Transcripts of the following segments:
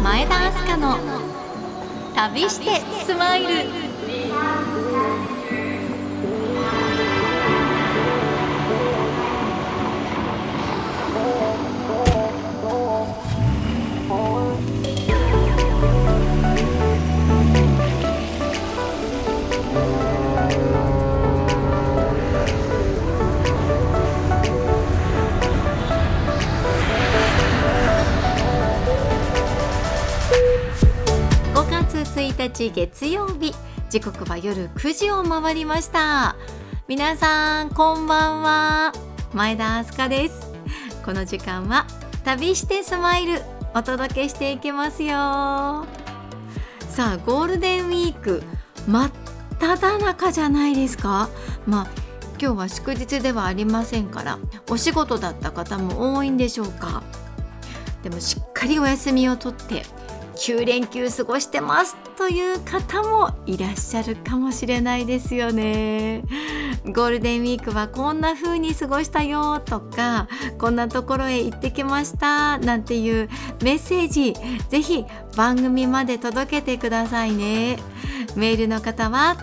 前田明日香の旅してスマイル。5月1日月曜日、時刻は夜9時を回りました。皆さんこんばんは、前田明日香です。この時間は旅してスマイルお届けしていきますよ。さあ、ゴールデンウィーク真っ只中じゃないですか。今日は祝日ではありませんから、お仕事だった方も多いんでしょうか。でもしっかりお休みを取って9連休過ごしてますという方もいらっしゃるかもしれないですよね。ゴールデンウィークはこんな風に過ごしたよとか、こんなところへ行ってきましたなんていうメッセージ、ぜひ番組まで届けてくださいね。メールの方は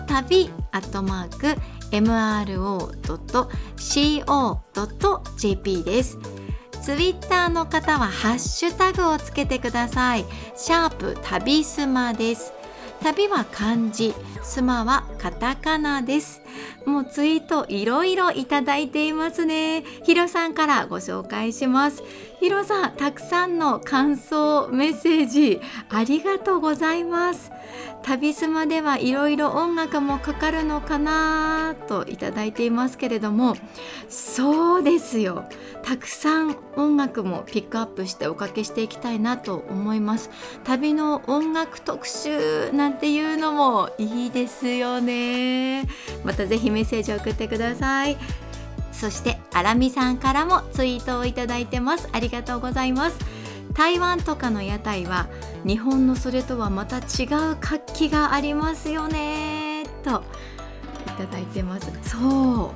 旅@mro.co.jp です。ツイッターの方はハッシュタグをつけてください。旅スマです。旅は漢字、スマはカタカナです。もうツイートいろいろいただいていますね。ヒロさんからご紹介します。ヒロさん、たくさんの感想メッセージありがとうございます。旅スマではいろいろ音楽もかかるのかなといただいていますけれども、そうですよ。たくさん音楽もピックアップしておかけしていきたいなと思います。旅の音楽特集なんていうのもいいですよね。またぜひメッセージを送ってください。そしてアラミさんからもツイートをいただいてます。ありがとうございます。台湾とかの屋台は日本のそれとはまた違う活気がありますよねといただいてます。そう、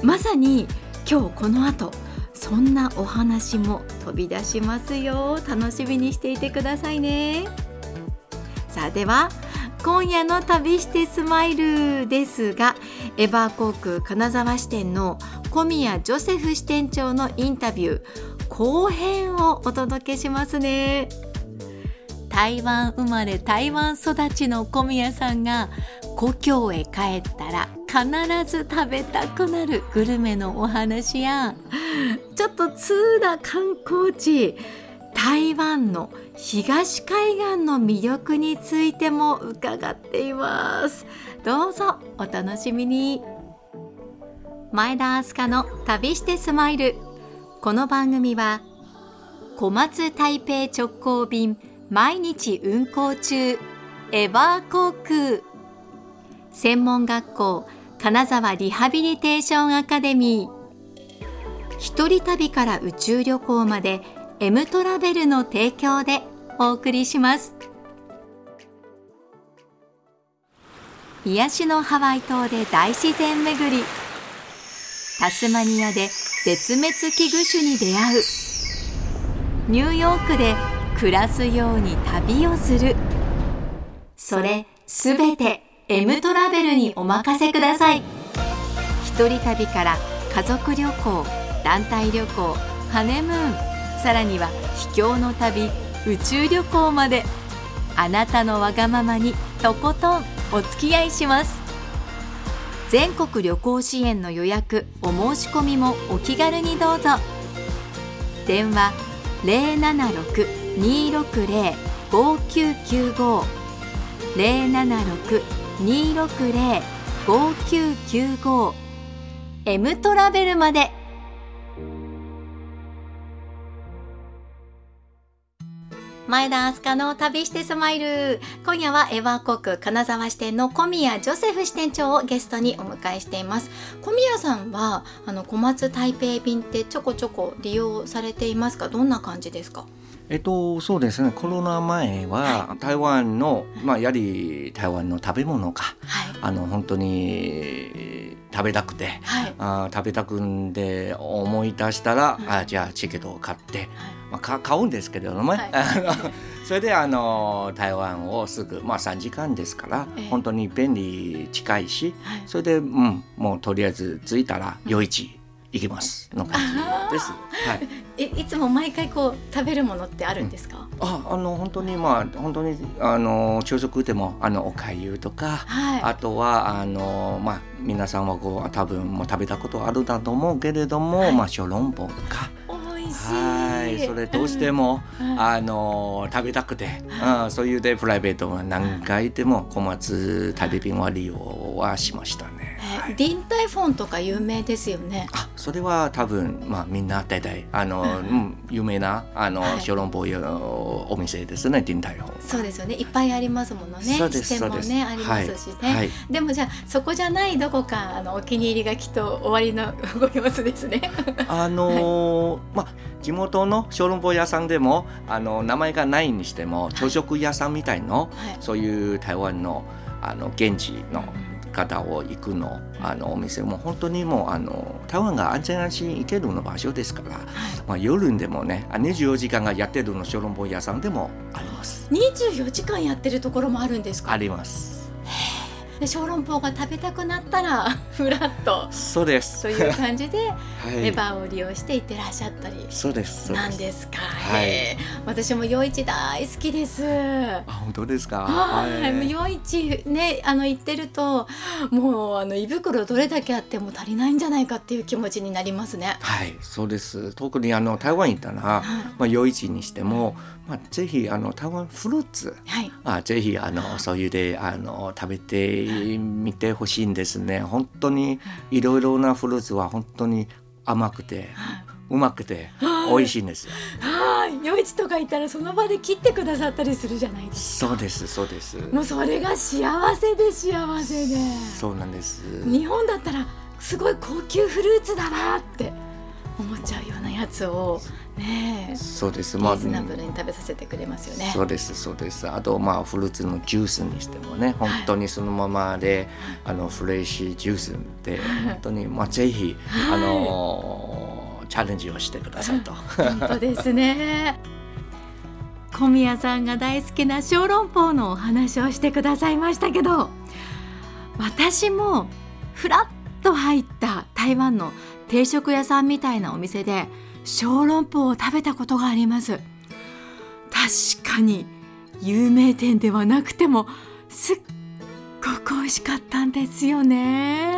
まさに今日この後そんなお話も飛び出しますよ。楽しみにしていてくださいね。さあ、では今夜の旅してスマイルですが、エバー航空金沢支店の小宮ジョセフ支店長のインタビュー後編をお届けしますね。台湾生まれ台湾育ちの小宮さんが故郷へ帰ったら必ず食べたくなるグルメのお話や、ちょっと通な観光地台湾の東海岸の魅力についても伺っています。どうぞお楽しみに。前田明日香の旅してスマイル。この番組は小松台北直行便毎日運航中エバー航空、専門学校金沢リハビリテーションアカデミー、一人旅から宇宙旅行までMトラベルの提供でお送りします。癒しのハワイ島で大自然巡り、タスマニアで絶滅危惧種に出会う、ニューヨークで暮らすように旅をする。それすべて M トラベルにお任せください。一人旅から家族旅行、団体旅行、ハネムーン、さらには秘境の旅、宇宙旅行まで、あなたのわがままにとことんお付き合いします。全国旅行支援の予約、お申し込みもお気軽にどうぞ。電話 076-260-5995 076-260-5995 M トラベルまで。前田明日香の旅してスマイル。今夜はエバー航空金沢支店の小宮ジョセフ支店長をゲストにお迎えしています。小宮さんは小松台北便ってちょこちょこ利用されていますか？どんな感じですか？ そうですね、コロナ前は台湾の、やはり台湾の食べ物が、本当に食べたくて、食べたくんで思い出したら、じゃあチケットを買って、買うんですけれども、それで台湾をすぐ、3時間ですから、本当に便利近いし、それで、もうとりあえず着いたら夜市行きますの感じです。 いつも毎回こう食べるものってあるんですか？ 本当に朝食でもおかゆとか、あとは皆さんは多分もう食べたことあるだと思うけれども、小籠包とか。それどうしても、食べたくて、そういうでプライベートは何回でも小松旅便は利用はしましたね。 ディンタイフォンとか有名ですよね。 それは多分、みんな大体有名な小籠包お店ですね、ディンタイフォン。 そうですよね、いっぱいありますものね。支店もねありますしね、でもじゃあそこじゃないどこかお気に入りがきっとおありのご様子ですね。 地元の小籠包屋さんでも名前がないにしても朝食屋さんみたいの、そういう台湾の現地の方を行くのお店も本当にもう台湾が安全安心行けるの場所ですから、夜でもね24時間がやってるの小籠包屋さんでもあります。 24時間やってるところもあるんですか？ あります。 で小籠包が食べたくなったらフラッとそうですという感じで、レバーを利用して行ってらっしゃったりそうですなんですか。私も夜市大好きです。 本当ですか？ 夜市ね行ってるともう胃袋どれだけあっても足りないんじゃないかっていう気持ちになりますね。 そうです。特に台湾行ったら、夜市にしても、ぜひ台湾フルーツ、ぜひそういうで食べてみてほしいんですね。本当にいろいろなフルーツは本当に甘くて、うまくて美味しいんですよ。 夜市とか行ったらその場で切ってくださったりするじゃないですか。 そうです。 もうそれが幸せで幸せで。 そうなんです。 日本だったらすごい高級フルーツだなって思っちゃうようなやつをね、 そうです。 リーズナブルに食べさせてくれますよね。 そうです。あとフルーツのジュースにしてもね、本当にそのままでフレッシュジュースで本当にぜひチャレンジをしてくださいと。 本当ですね。小宮さんが大好きな小籠包のお話をしてくださいましたけど、私もフラッと入った台湾の定食屋さんみたいなお店で小籠包を食べたことがあります。確かに有名店ではなくてもすっごく美味しかったんですよね。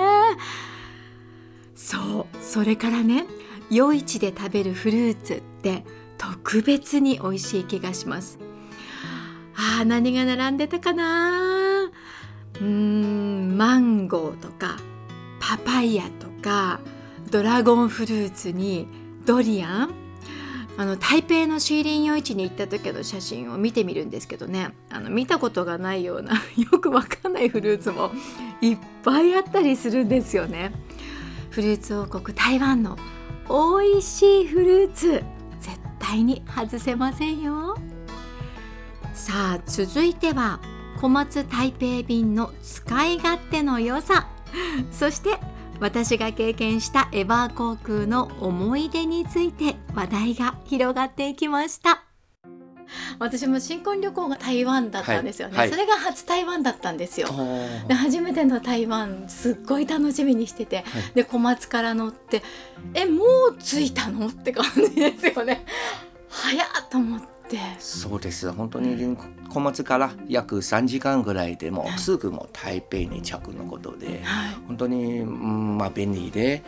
それからね、夜市で食べるフルーツって特別に美味しい気がします。何が並んでたかな。マンゴーとかパパイヤとかドラゴンフルーツにドリアン、台北のシーリン夜市に行った時の写真を見てみるんですけどね、見たことがないようなよくわかんないフルーツもいっぱいあったりするんですよね。フルーツ王国台湾の美味しいフルーツ、絶対に外せませんよ。さあ続いては小松台北便の使い勝手の良さ、そして私が経験したエバー航空の思い出について話題が広がっていきました。私も新婚旅行が台湾だったんですよね、それが初台湾だったんですよ。で初めての台湾すっごい楽しみにしてて、で小松から乗ってもう着いたのって感じですよね。早っと思って。 そうです。本当に小松から約3時間ぐらいでもすぐも台北に着のことで、本当に、便利で、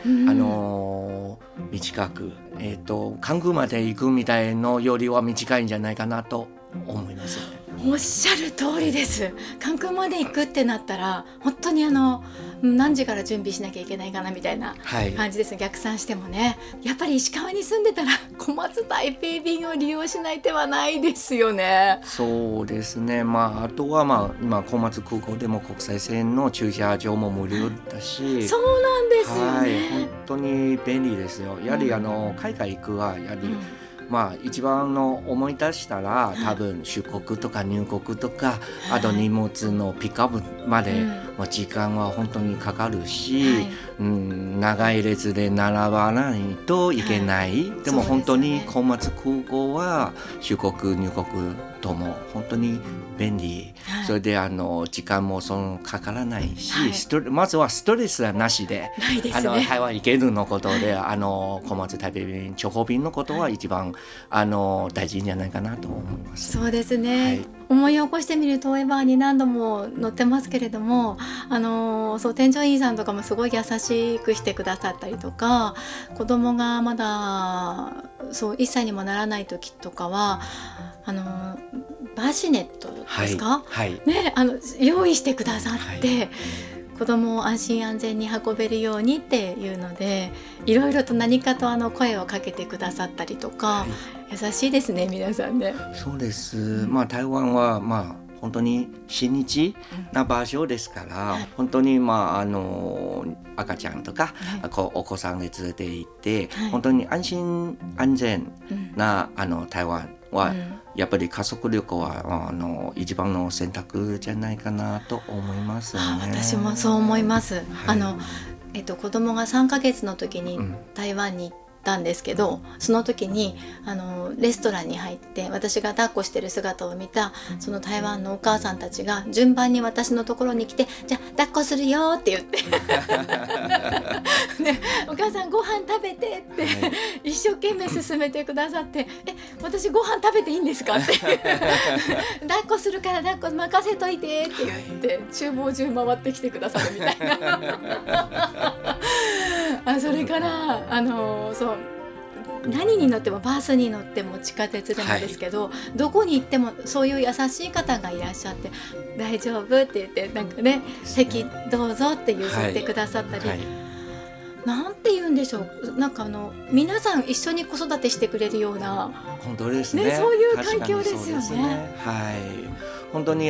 短く、関空まで行くみたいのよりは短いんじゃないかなと思いますね。 おっしゃる通りです。関空まで行くってなったら本当に何時から準備しなきゃいけないかなみたいな感じですね、逆算してもね。やっぱり石川に住んでたら小松台北便を利用しない手はないですよね。 そうですね。あとは今小松空港でも国際線の駐車場も無料だし、 そうなんですよね、 本当に便利ですよ。やはり海外行くはやはり、一番思い出したら多分出国とか入国とか、あと荷物のピックアップまでもう時間は本当にかかるし、長い列で並ばないといけない、でも本当に小松空港は出国入国とも本当に便利、それで時間もかからないし、まずはストレスはなしで、台湾行けるのことで小松台北便直行便のことは一番大事じゃないかなと思います。 そうですね、思い起こしてみるとエバーに何度も乗ってますけれども、そう添乗員さんとかもすごい優しくしてくださったりとか、子供がまだ1歳にもならない時とかはバシネットですか、用意してくださって、子供を安心安全に運べるようにっていうので、いろいろと何かと声をかけてくださったりとか、優しいですね皆さんね。そうです、 台湾は本当に親日な場所ですから、本当に赤ちゃんとか、お子さんで連れて行って、本当に安心安全な台湾は、やっぱり家族旅行は一番の選択じゃないかなと思いますね。 私もそう思います。子供が3ヶ月の時に台湾に行ったんですけど、その時にレストランに入って私が抱っこしてる姿を見たその台湾のお母さんたちが順番に私のところに来て、じゃあ抱っこするよって言ってね、お母さんご飯食べてって一生懸命勧めてくださって、私ご飯食べていいんですかって抱っこするから抱っこ任せといてって言って厨房中回ってきてくださるみたいなそれから何に乗ってもバスに乗っても地下鉄でもですけど、どこに行ってもそういう優しい方がいらっしゃって、大丈夫って言って席どうぞって譲ってくださったり、なんて言うんでしょう、皆さん一緒に子育てしてくれるような、 本当ですね、 そういう環境ですよね。 本当に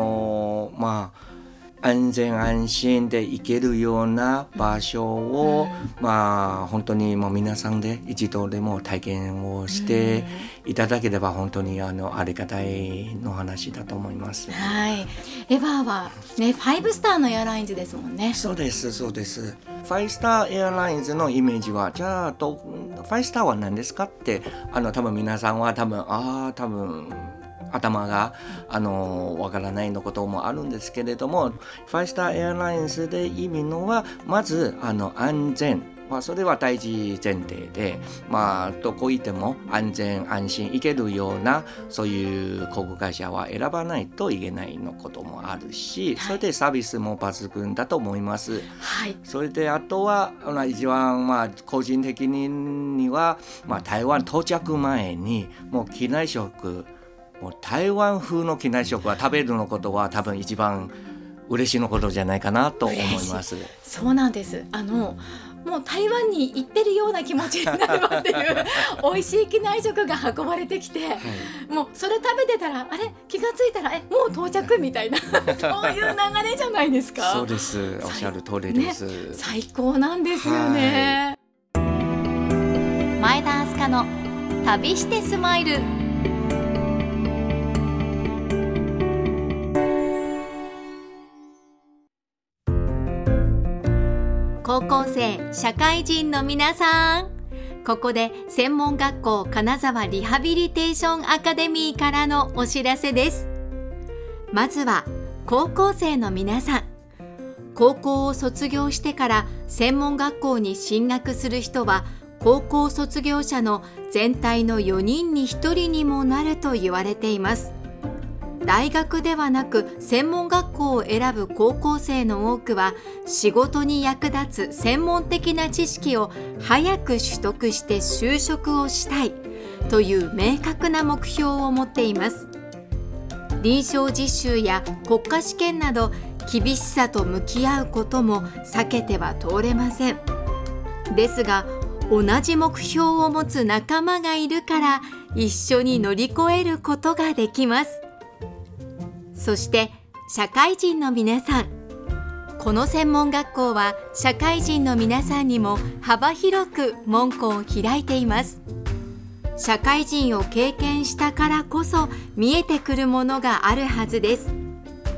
安全安心で行けるような場所を、本当にもう皆さんで一度でも体験をしていただければ本当にありがたいの話だと思います。 エバーはね、5スターのエアラインズですもんね。 そうですそうです。5スターエアラインズのイメージは、じゃあ5スターは何ですかって多分皆さんは多分頭がわからないのこともあるんですけれども、5スターエアラインズで意味のはまず安全、それは大事前提で、どこ行っても安全安心行けるようなそういう航空会社は選ばないといけないのこともあるし、それでサービスも抜群だと思います。それであとは一番個人的には、台湾到着前にもう機内食、もう台湾風の機内食は食べるのことは多分一番嬉しいのことじゃないかなと思います。 そうなんです。もう台湾に行ってるような気持ちになるわっていう美味しい機内食が運ばれてきて、もうそれ食べてたら気がついたらもう到着みたいなそういう流れじゃないですか。 そうです、おっしゃる通りです、 最高なんですよね。前田明日香の旅してスマイル。高校生、社会人の皆さん、ここで専門学校金沢リハビリテーションアカデミーからのお知らせです。まずは高校生の皆さん、高校を卒業してから専門学校に進学する人は高校卒業者の全体の4人に1人にもなると言われています。大学ではなく専門学校を選ぶ高校生の多くは、仕事に役立つ専門的な知識を早く取得して就職をしたいという明確な目標を持っています。臨床実習や国家試験など厳しさと向き合うことも避けては通れません。ですが、同じ目標を持つ仲間がいるから一緒に乗り越えることができます。そして社会人の皆さん、この専門学校は社会人の皆さんにも幅広く門戸を開いています。社会人を経験したからこそ見えてくるものがあるはずです。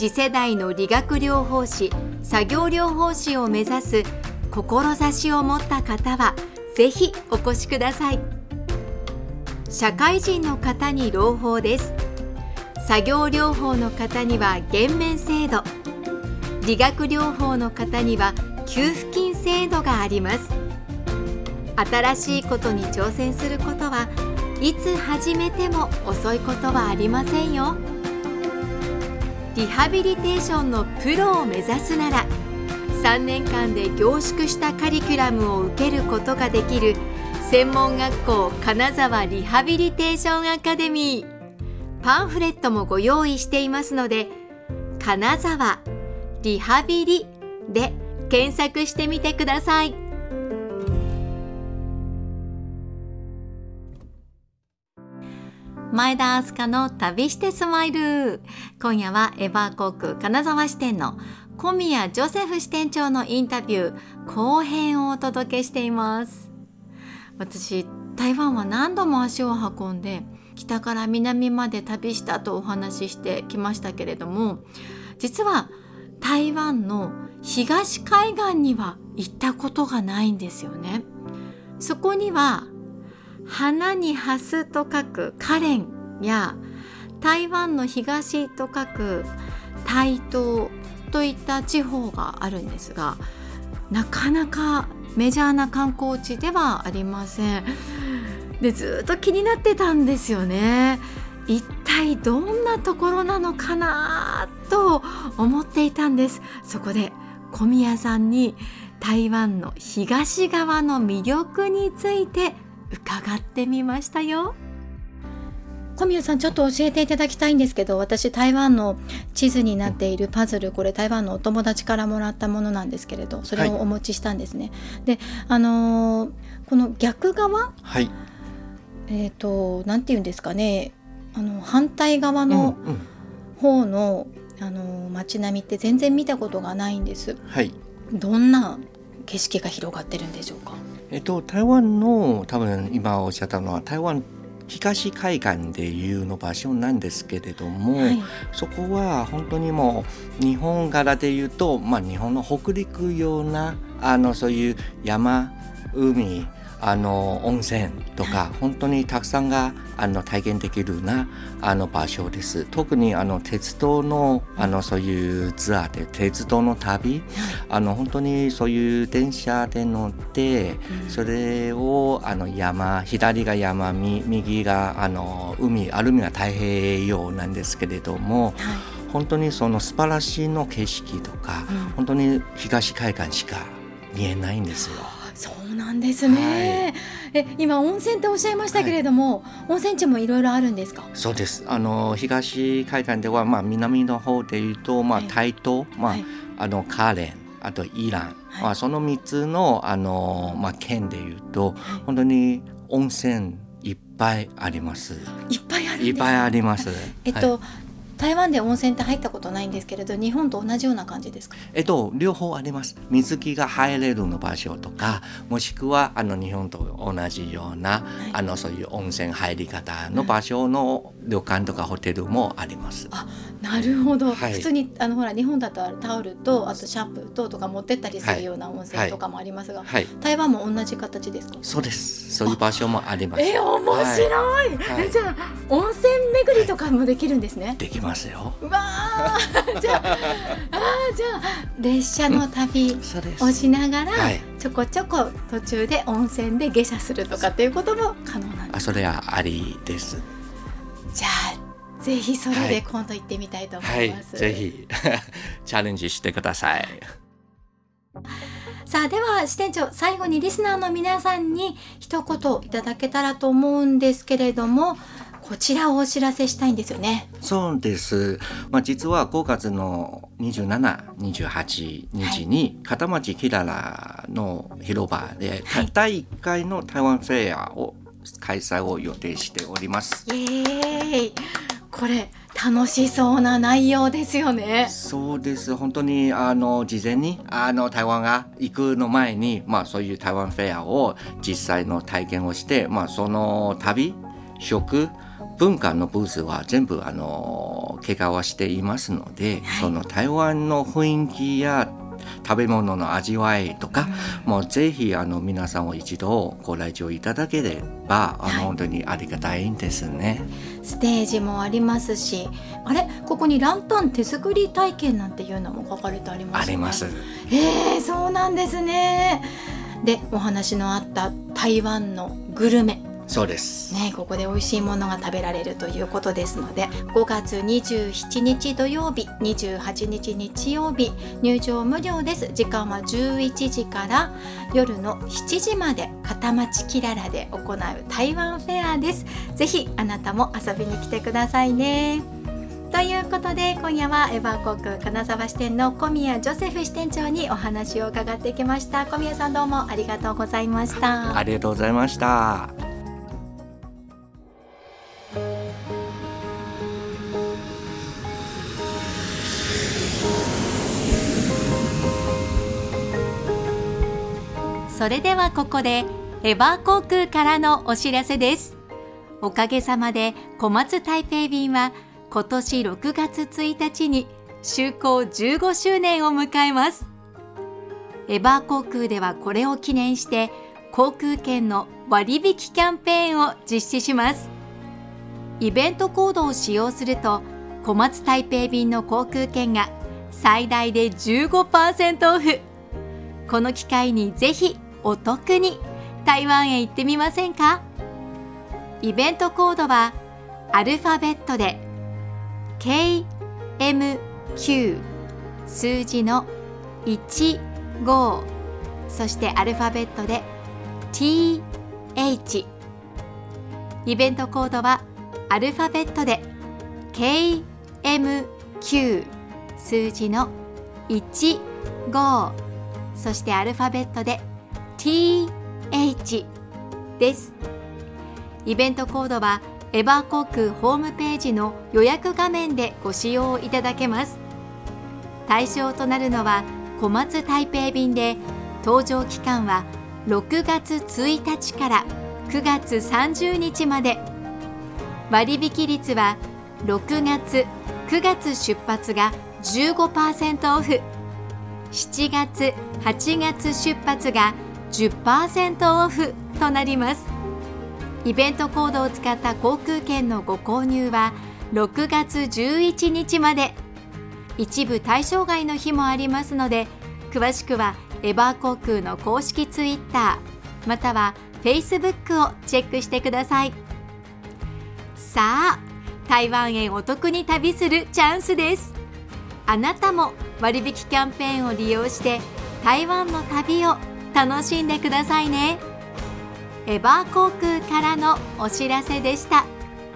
次世代の理学療法士、作業療法士を目指す志を持った方はぜひお越しください。社会人の方に朗報です。作業療法の方には減免制度、理学療法の方には給付金制度があります。新しいことに挑戦することはいつ始めても遅いことはありませんよ。リハビリテーションのプロを目指すなら、3年間で凝縮したカリキュラムを受けることができる専門学校金沢リハビリテーションアカデミー、パンフレットもご用意していますので、金沢リハビリで検索してみてください。前田明日香の旅してスマイル。今夜はエバー航空金沢支店の小宮ジョセフ支店長のインタビュー後編をお届けしています。私、台湾は何度も足を運んで北から南まで旅したとお話ししてきましたけれども、実は台湾の東海岸には行ったことがないんですよね。そこには花にハスと書く花蓮や台湾の東と書く台東といった地方があるんですが、なかなかメジャーな観光地ではありません。で、ずっと気になってたんですよね。一体どんなところなのかなと思っていたんです。そこで小宮さんに台湾の東側の魅力について伺ってみましたよ。小宮さん、ちょっと教えていただきたいんですけど、私台湾の地図になっているパズル、これ台湾のお友達からもらったものなんですけれど、それをお持ちしたんですね。で、この逆側、はい、なんていうんですかね、反対側の方の、街並みって全然見たことがないんです。はい、どんな景色が広がってるんでしょうか。 台湾の多分今おっしゃったのは台湾東海岸でいうの場所なんですけれども、はい、そこは本当にもう日本からでいうと、日本の北陸ようなそういう山、海、温泉とか本当にたくさんが体験できるな場所です。特に鉄道のそういうツアーで鉄道の旅、本当にそういう電車で乗って、それを左が山、右が海が太平洋なんですけれども、本当にその素晴らしいの景色とか、本当に東海岸しか見えないんですよ。 そうなんですね。はい、今温泉っておっしゃいましたけれども、温泉地もいろいろあるんですか。 そうです。東海岸では、南の方でいうと、台東、花蓮、あとイラン、その3つの、県でいうと、本当に温泉いっぱいあります。 いっぱいあるんですか。 いっぱいあります。 台湾で温泉って入ったことないんですけれど、日本と同じような感じですか。 両方あります。水着が入れるの場所とか、もしくは日本と同じような、そういう温泉入り方の場所の旅館とかホテルもあります。 なるほど。普通にほら日本だとタオルとあとシャンプーとか持ってったりするような温泉とかもありますが、台湾も同じ形ですか。 そうです。そういう場所もあります。 面白い。じゃあ温泉巡りとかもできるんですね。 できますよ。 うわじゃあ列車の旅をしながら、ちょこちょこ途中で温泉で下車するとかっていうことも可能なんですか。 それはありです。 じゃあぜひそれで今度行ってみたいと思います。 ぜひチャレンジしてください。 さあ、では支店長、最後にリスナーの皆さんに一言いただけたらと思うんですけれども、こちらをお知らせしたいんですよね。 そうです。実は5月の27、28日に片町キララの広場で第1回の台湾フェアを開催を予定しております。 イエーイ。これ楽しそうな内容ですよね。 そうです。本当に事前に台湾が行くの前に、そういう台湾フェアを実際の体験をして、その旅食文化のブースは全部経過はしていますので、その台湾の雰囲気や食べ物の味わいとか、もうぜひ皆さんを一度ご来場いただければ本当にありがたいんですね。 ステージもありますし、ここにランタン手作り体験なんていうのも書かれてありますね。 あります。 そうなんですね。で、お話のあった台湾のグルメ、 そうですね、ここで美味しいものが食べられるということですので、5月27日土曜日、28日日曜日、入場無料です。時間は11時から夜の7時まで、片町きららで行う台湾フェアです。ぜひあなたも遊びに来てくださいね。ということで、今夜はエバー航空金沢支店の小宮ジョセフ支店長にお話を伺ってきました。小宮さん、どうもありがとうございました。 ありがとうございました。 それではここでエバー航空からのお知らせです。おかげさまで小松台北便は今年6月1日に就航15周年を迎えます。エバー航空ではこれを記念して航空券の割引キャンペーンを実施します。イベントコードを使用すると小松台北便の航空券が最大で 15% オフ。この機会にぜひお得に台湾へ行ってみませんか？イベントコードはアルファベットで KMQ 数字の15、そしてアルファベットで TH。 イベントコードはアルファベットで KMQ 数字の15、そしてアルファベットで TH です。イベントコードはエバー航空ホームページの予約画面でご使用いただけます。対象となるのは小松台北便で、搭乗期間は6月1日から9月30日まで。割引率は6月、9月出発が 15% オフ、7月、8月出発が 10% オフとなります。イベントコードを使った航空券のご購入は6月11日まで。一部対象外の日もありますので、詳しくはエバー航空の公式ツイッターまたはフェイスブックをチェックしてください。さあ、台湾へお得に旅するチャンスです。あなたも割引キャンペーンを利用して台湾の旅を楽しんでくださいね。エバー航空からのお知らせでした。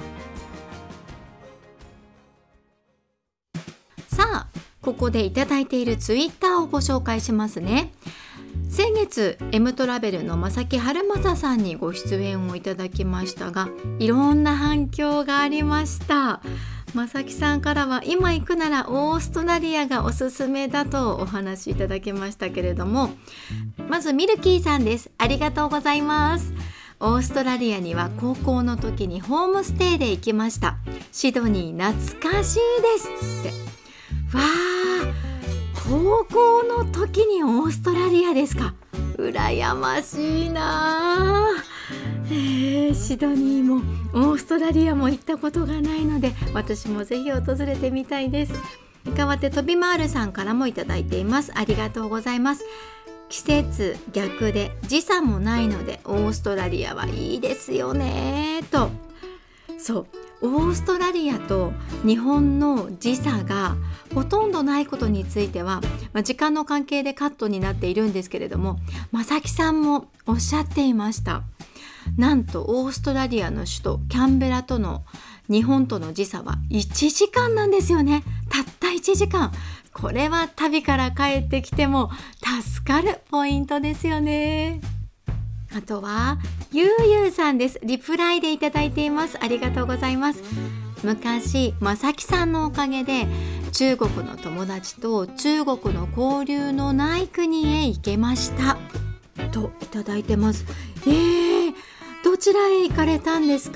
さあ、ここでいただいているツイッターをご紹介しますね。先月 M トラベルの正木春正さんにご出演をいただきましたが、いろんな反響がありました。正木さんからは今行くならオーストラリアがおすすめだとお話しいただきましたけれども、まずミルキーさんです。ありがとうございます。オーストラリアには高校の時にホームステイで行きました。シドニー懐かしいですって。わー、高校の時にオーストラリアですか。羨ましいな。シドニーもオーストラリアも行ったことがないので、私もぜひ訪れてみたいです。代わって飛び回るさんからもいただいています。ありがとうございます。季節逆で時差もないのでオーストラリアはいいですよねと。そう、オーストラリアと日本の時差がほとんどないことについては、時間の関係でカットになっているんですけれども、正木さんもおっしゃっていました。なんとオーストラリアの首都キャンベラとの日本との時差は1時間なんですよね。たった1時間。これは旅から帰ってきても助かるポイントですよね。あとはゆうゆうさんです。リプライでいただいています。ありがとうございます。昔正木さんのおかげで中国の友達と中国の交流のない国へ行けましたといただいてます。どちらへ行かれたんですか？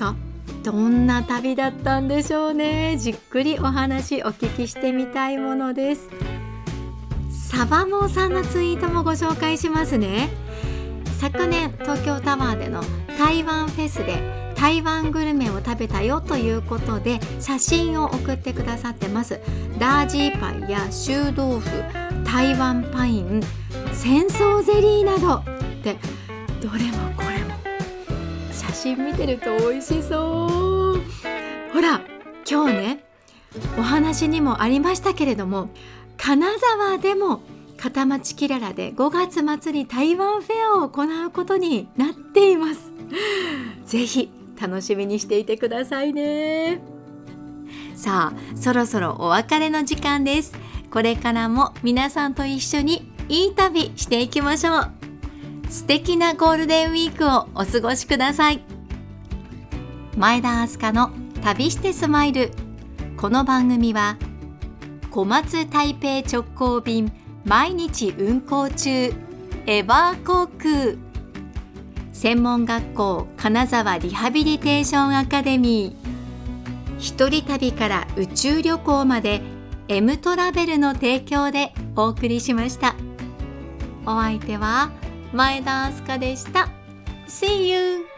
どんな旅だったんでしょうね。じっくりお話お聞きしてみたいものです。サバモーさんのツイートもご紹介しますね。昨年東京タワーでの台湾フェスで台湾グルメを食べたよということで写真を送ってくださってます。ダージーパイや臭豆腐、台湾パイン、戦争ゼリーなどで、どれもこれも写真見てると美味しそう。ほら今日ね、お話にもありましたけれども、金沢でも片町きららで5月末に台湾フェアを行うことになっています。ぜひ楽しみにしていてくださいね。さあ、そろそろお別れの時間です。これからも皆さんと一緒にいい旅していきましょう。素敵なゴールデンウィークをお過ごしください。前田明日香の旅してスマイル。この番組は小松台北直行便毎日運航中エバー航空、専門学校金沢リハビリテーションアカデミー、一人旅から宇宙旅行まで M トラベルの提供でお送りしました。お相手は前田明日香でした。See you!